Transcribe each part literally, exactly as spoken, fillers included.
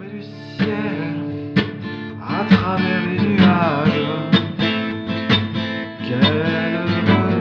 tombé du ciel à travers les nuages. Quelle bonne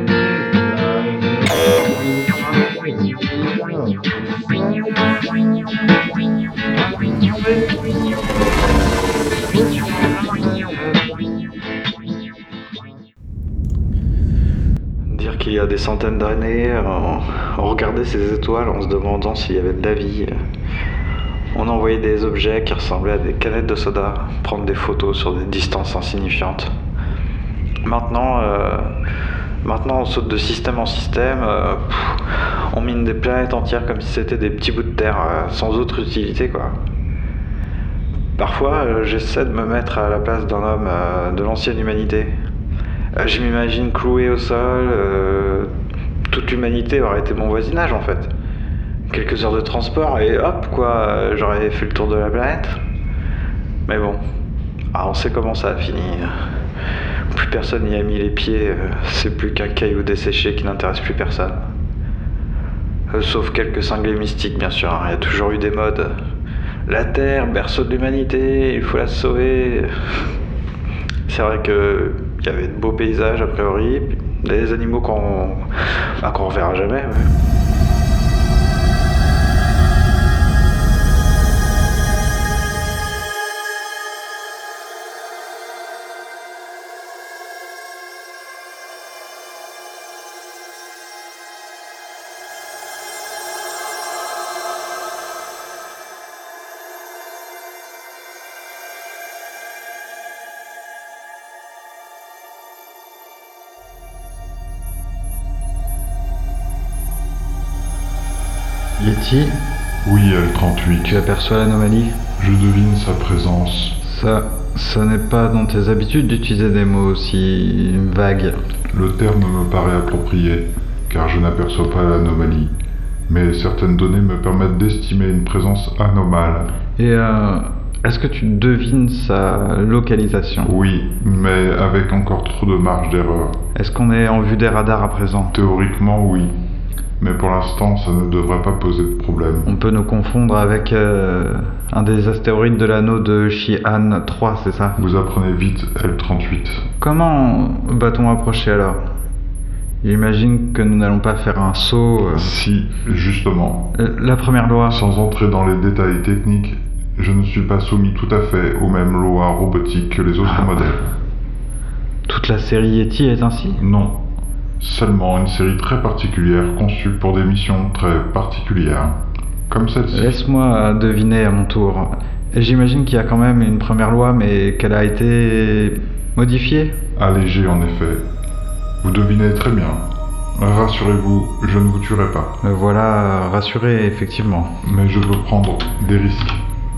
Dire qu'il y a des centaines d'années, on, on regardait ces étoiles en se demandant s'il y avait de la vie. On envoyait des objets qui ressemblaient à des canettes de soda, prendre des photos sur des distances insignifiantes. Maintenant, euh, maintenant on saute de système en système, euh, pff, on mine des planètes entières comme si c'était des petits bouts de terre euh, sans autre utilité, quoi. Parfois, euh, j'essaie de me mettre à la place d'un homme euh, de l'ancienne humanité. Euh, je m'imagine cloué au sol, euh, toute l'humanité aurait été mon voisinage en fait. Quelques heures de transport et hop quoi, euh, j'aurais fait le tour de la planète. Mais bon, ah, on sait comment ça a fini. Plus personne n'y a mis les pieds, euh, c'est plus qu'un caillou desséché qui n'intéresse plus personne. Euh, sauf quelques cinglés mystiques bien sûr, il y a toujours eu des modes. La Terre, berceau de l'humanité, il faut la sauver. C'est vrai que il y avait de beaux paysages a priori, des animaux qu'on bah, qu'on reverra jamais. Ouais. Yeti, Oui, L trente-huit. tu aperçois l'anomalie? Je devine sa présence. Ça, ça n'est pas dans tes habitudes d'utiliser des mots aussi vagues. Le terme me paraît approprié, car je n'aperçois pas l'anomalie. Mais certaines données me permettent d'estimer une présence anomale. Et euh, est-ce que tu devines sa localisation? Oui, mais avec encore trop de marge d'erreur. Est-ce qu'on est en vue des radars à présent? Théoriquement, oui. Mais pour l'instant, ça ne devrait pas poser de problème. On peut nous confondre avec euh, un des astéroïdes de l'anneau de Shi'an trois, c'est ça? Vous apprenez vite, L trente-huit. Comment va-t-on approcher alors? J'imagine que nous n'allons pas faire un saut... euh, Si, justement. euh, La première loi... Sans entrer dans les détails techniques, je ne suis pas soumis tout à fait aux mêmes lois robotiques que les autres Ah. modèles. Toute la série Yeti est ainsi? Non. Seulement une série très particulière conçue pour des missions très particulières. Comme celle-ci. Laisse-moi deviner à mon tour. J'imagine qu'il y a quand même une première loi, mais qu'elle a été modifiée? Allégée en effet. Vous devinez très bien. Rassurez-vous, je ne vous tuerai pas. Me voilà rassuré, effectivement. Mais je veux prendre des risques.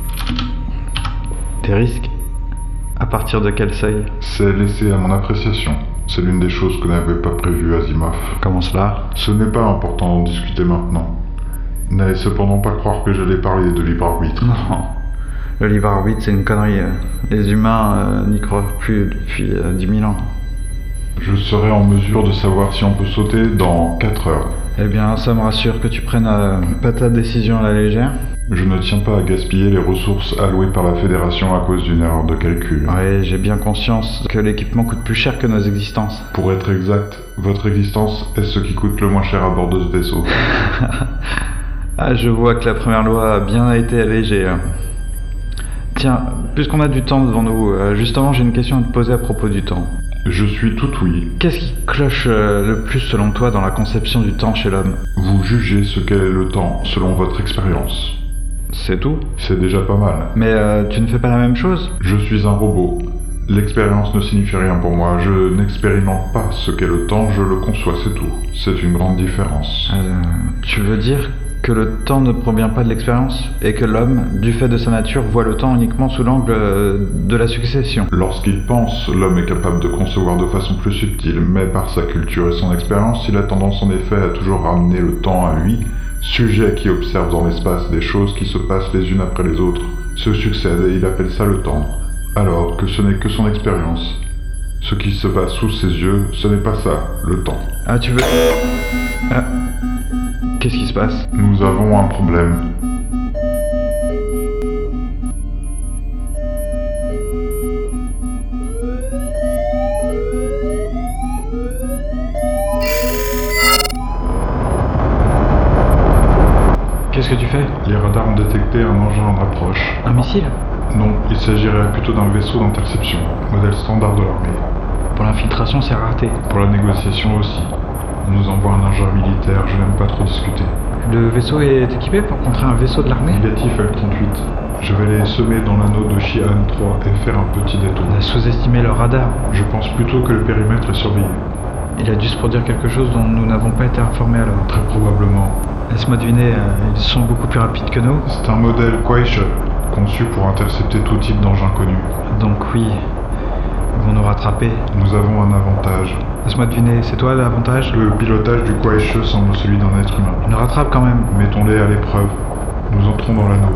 Des risques? À partir de quel seuil? C'est laissé à mon appréciation. C'est l'une des choses que n'avait pas prévu Asimov. Comment cela? Ce n'est pas important d'en discuter maintenant. N'allez cependant pas croire que j'allais parler de libre arbitre. Non. Le libre arbitre, c'est une connerie. Les humains euh, n'y croient plus depuis euh, dix mille ans. Je serai en mesure de savoir si on peut sauter dans quatre heures. Eh bien, ça me rassure que tu prennes euh, pas ta décision à la légère. Je ne tiens pas à gaspiller les ressources allouées par la Fédération à cause d'une erreur de calcul. Oui, j'ai bien conscience que l'équipement coûte plus cher que nos existences. Pour être exact, votre existence est ce qui coûte le moins cher à bord de ce vaisseau. Ah, je vois que la première loi a bien été allégée. Tiens, puisqu'on a du temps devant nous, euh, justement, j'ai une question à te poser à propos du temps. Je suis tout oui. Qu'est-ce qui cloche euh, le plus selon toi dans la conception du temps chez l'homme? Vous jugez ce qu'est le temps selon votre expérience. C'est tout? C'est déjà pas mal. Mais euh, tu ne fais pas la même chose? Je suis un robot. L'expérience ne signifie rien pour moi. Je n'expérimente pas ce qu'est le temps, je le conçois, c'est tout. C'est une grande différence. Euh, tu veux dire que le temps ne provient pas de l'expérience et que l'homme, du fait de sa nature, voit le temps uniquement sous l'angle euh, de la succession? Lorsqu'il pense, l'homme est capable de concevoir de façon plus subtile, mais par sa culture et son expérience, il a tendance en effet à toujours ramener le temps à lui, sujet qui observe dans l'espace des choses qui se passent les unes après les autres, se succèdent et il appelle ça le temps, alors que ce n'est que son expérience. Ce qui se passe sous ses yeux, ce n'est pas ça, le temps. Ah, tu veux... Ah. Qu'est-ce qui se passe? Nous avons un problème. détecté un engin en approche. Un missile? Non, il s'agirait plutôt d'un vaisseau d'interception, modèle standard de l'armée. Pour l'infiltration, c'est rareté. Pour la négociation aussi. On nous envoie un engin militaire, je n'aime pas trop discuter. Le vaisseau est équipé pour contrer un vaisseau de l'armée? Négatif L trente-huit. Je vais les semer dans l'anneau de Shi'an trois et faire un petit détour. On a sous-estimé leur radar. Je pense plutôt que le périmètre est surveillé. Il a dû se produire quelque chose dont nous n'avons pas été informés alors. Très probablement. Laisse-moi deviner, euh, ils sont beaucoup plus rapides que nous. C'est un modèle Kuaishun, conçu pour intercepter tout type d'engin connu. Donc oui, ils vont nous rattraper. Nous avons un avantage. Laisse-moi deviner, c'est toi l'avantage? Le pilotage du Kuaishun semble celui d'un être humain. Ils nous rattrapent quand même. Mettons-les à l'épreuve. Nous entrons dans l'anneau.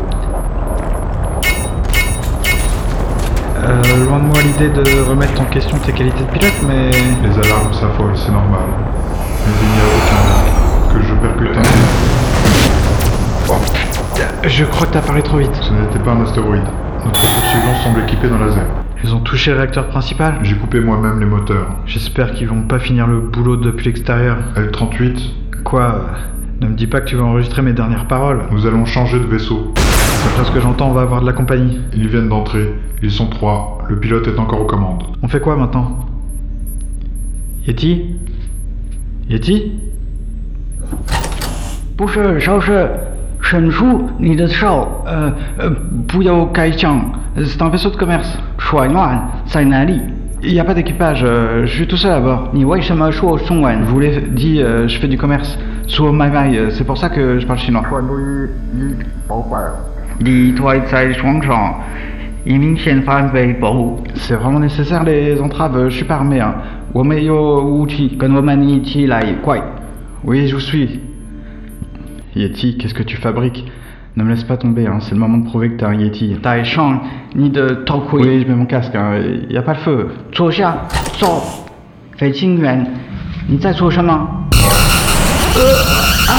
Euh, loin de moi l'idée de remettre en question tes qualités de pilote, mais... Les alarmes s'affolent, c'est normal. Mais il n'y a aucun risque que je percute un... Oh, je crois que t'as parlé trop vite. Ce n'était pas un astéroïde. Notre poursuivant semble équipé d'un laser. Ils ont touché le réacteur principal? J'ai coupé moi-même les moteurs. J'espère qu'ils vont pas finir le boulot depuis l'extérieur. L trente-huit. Quoi? Ne me dis pas que tu vas enregistrer mes dernières paroles. Nous allons changer de vaisseau. D'après ce que j'entends, on va avoir de la compagnie. Ils viennent d'entrer. Ils sont trois. Le pilote est encore aux commandes. On fait quoi maintenant? Yeti? Yeti? 不是少帅，沈叔，你的少，呃呃，不要开枪， C'est un vaisseau de commerce. 船乱在哪里？ Il n'y a pas d'équipage, euh, je suis tout seul à bord. 你为什么说中文？ Je vous l'ai dit, euh, je fais du commerce. Suo mai mai, euh, c'est pour ça que je parle chinois. 你坐在床上，以明显反被保护。 C'est vraiment nécessaire les entraves, je suis pas armé. Hein. 我没有武器，跟我们一起来，快！ Oui, je vous suis. Yeti, qu'est-ce que tu fabriques? Ne me laisse pas tomber, hein. C'est le moment de prouver que t'es un Yeti. 戴上你的头盔。 Oui, je mets mon casque, hein. Y a pas le feu. 坐下，走。飞行员，你在做什么？呃啊！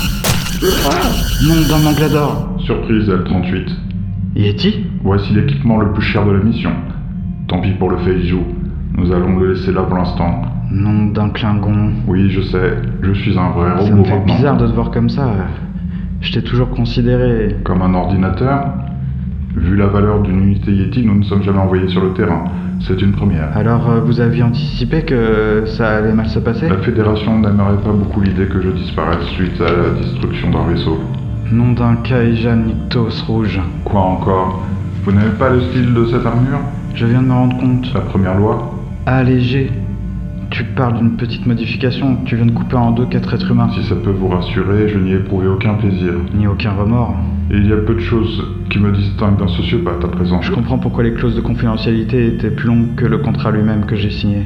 Nom d'un Manglador. Surprise L trente-huit. Yeti? Voici l'équipement le plus cher de la mission. Tant pis pour le Feiju. Nous allons le laisser là pour l'instant. Nom d'un Klingon. Oui, je sais. Je suis un vrai Ça robot me fait maintenant. bizarre de te voir comme ça. Je t'ai toujours considéré... Comme un ordinateur? Vu la valeur d'une unité Yeti, nous ne sommes jamais envoyés sur le terrain. C'est une première. Alors, euh, vous aviez anticipé que ça allait mal se passer? La Fédération n'aimerait pas beaucoup l'idée que je disparaisse suite à la destruction d'un vaisseau. Nom d'un Kaijan Nyctos rouge. Quoi encore? Vous n'aimez pas le style de cette armure? Je viens de me rendre compte. La première loi? Allégé. Tu parles d'une petite modification. Tu viens de couper en deux quatre êtres humains. Si ça peut vous rassurer, je n'y ai éprouvé aucun plaisir. Ni aucun remords. Et il y a peu de choses qui me distinguent d'un sociopathe à présent. Je comprends pourquoi les clauses de confidentialité étaient plus longues que le contrat lui-même que j'ai signé.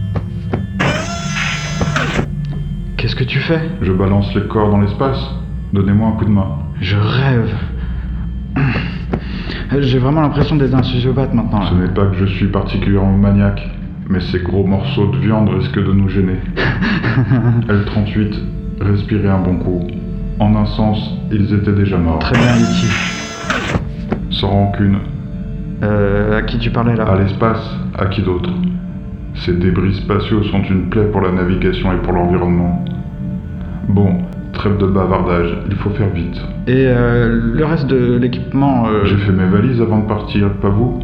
Qu'est-ce que tu fais? Je balance les corps dans l'espace. Donnez-moi un coup de main. Je rêve. J'ai vraiment l'impression d'être un sociopathe maintenant. Là. Ce n'est pas que je suis particulièrement maniaque, mais ces gros morceaux de viande risquent de nous gêner. L trente-huit, respirez un bon coup. En un sens, ils étaient déjà morts. Très bien, Yeti. Sans rancune. Euh, à qui tu parlais là? À l'espace, à qui d'autre? Ces débris spatiaux sont une plaie pour la navigation et pour l'environnement. Bon, trêve de bavardage, il faut faire vite. Et euh, le reste de l'équipement... Euh... J'ai fait mes valises avant de partir, pas vous?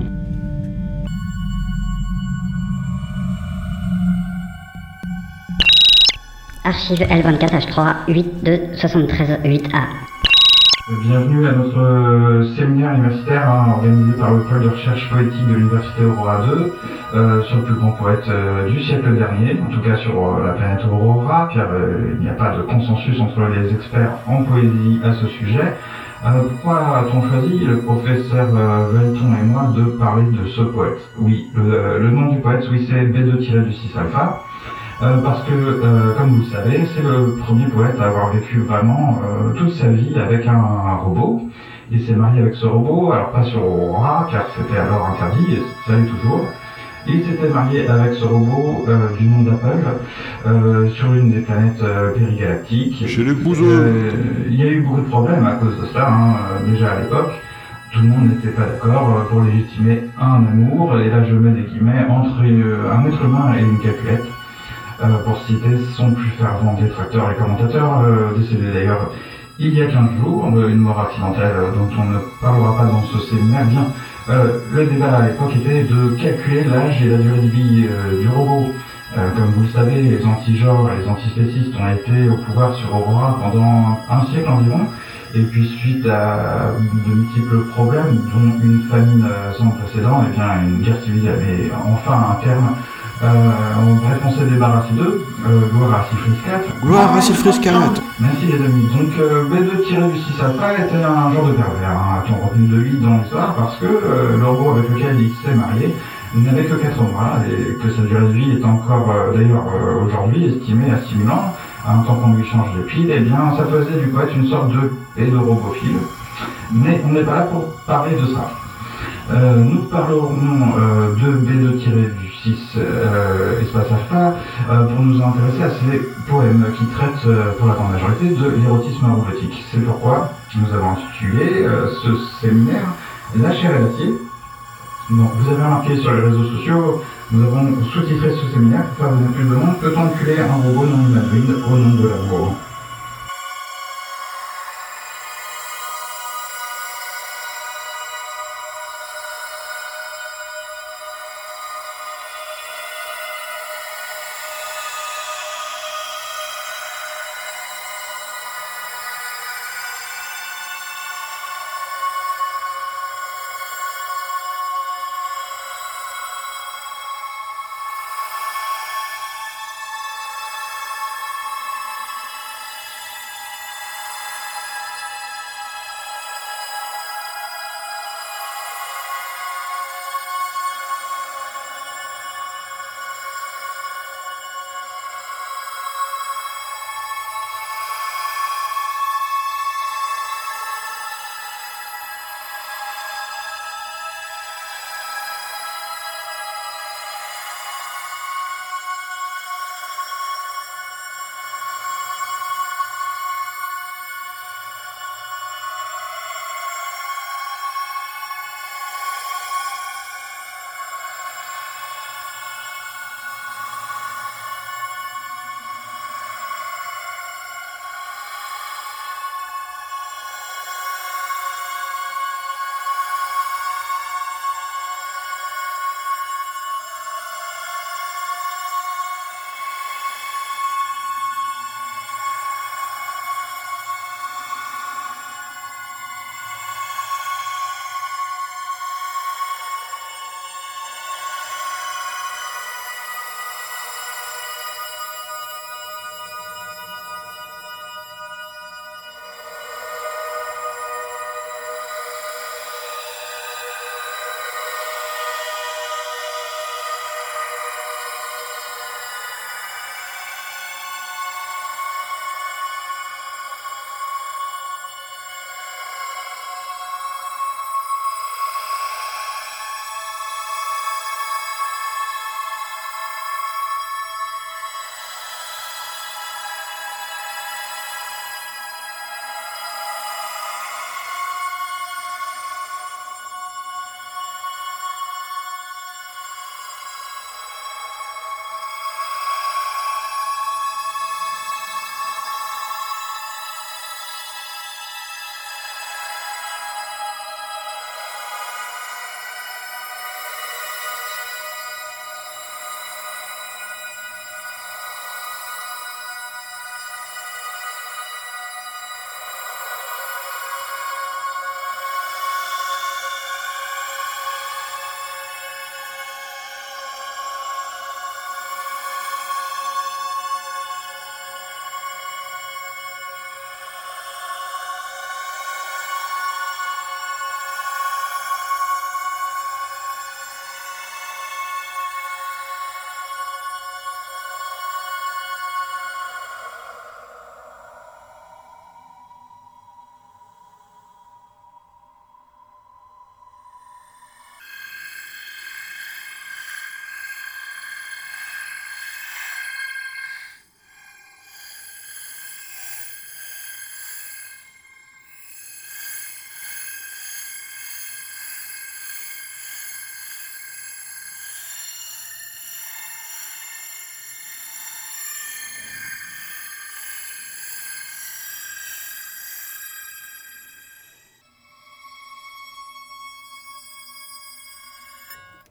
Archive L vingt-quatre H trois huit deux soixante-treize huit A. Bienvenue à notre euh, séminaire universitaire hein, organisé par le pôle de recherche poétique de l'université Aurora deux euh, sur le plus grand poète euh, du siècle dernier, en tout cas sur euh, la planète Aurora, car euh, il n'y a pas de consensus entre les experts en poésie à ce sujet. Euh, pourquoi a-t-on choisi, le professeur euh, Velton et moi, de parler de ce poète? Oui, le, le nom du poète, oui, c'est B deux six alpha. Euh, parce que, euh, comme vous le savez, c'est le premier poète à avoir vécu vraiment euh, toute sa vie avec un, un robot. Il s'est marié avec ce robot, alors pas sur Aurora, car c'était alors interdit, et ça l'est toujours. Il s'était marié avec ce robot euh, du nom d'Apple euh, sur une des planètes euh, périgalactiques. Chez les cousins. Euh, il y a eu beaucoup de problèmes à cause de ça, hein, euh, déjà à l'époque. Tout le monde n'était pas d'accord pour légitimer un amour, et là je mets des guillemets, entre euh, un être humain et une calculette. Euh, pour citer son plus fervent détracteur et commentateur, euh, décédé d'ailleurs il y a quinze jours, une mort accidentelle dont on ne parlera pas dans ce séminaire, bien, euh, le débat à l'époque était de calculer l'âge et la durée de vie euh, du robot. Euh, comme vous le savez, les anti-genres et les antispécistes ont été au pouvoir sur Aurora pendant un siècle environ, et puis suite à de multiples problèmes, dont une famine sans précédent, et bien une guerre civile avait enfin un terme. Euh, bref, on s'est débarrassé d'eux, euh, gloire à Sifris quatre. Gloire à Sifris quatre. Merci les amis. Donc euh, B deux six alpha était un genre de pervers, hein, a-t-on retenu de lui dans l'histoire, parce que euh, le robot avec lequel il s'est marié n'avait que quatre mois, et que sa durée de vie est encore euh, d'ailleurs euh, aujourd'hui estimée à six mille ans, en tant qu'on lui change de pile, et bien ça faisait du coup être une sorte de pédorobophile. Mais on n'est pas là pour parler de ça. Euh, nous parlerons euh, de B deux six euh, espace alpha euh, pour nous intéresser à ces poèmes qui traitent euh, pour la grande majorité de l'érotisme robotique. C'est pourquoi nous avons intitulé euh, ce séminaire La chair et l'acier. Donc vous avez remarqué sur les réseaux sociaux, nous avons sous-titré ce séminaire pour faire venir plus de monde, peut-on enculer un robot non humanoïde au nom de l'amour.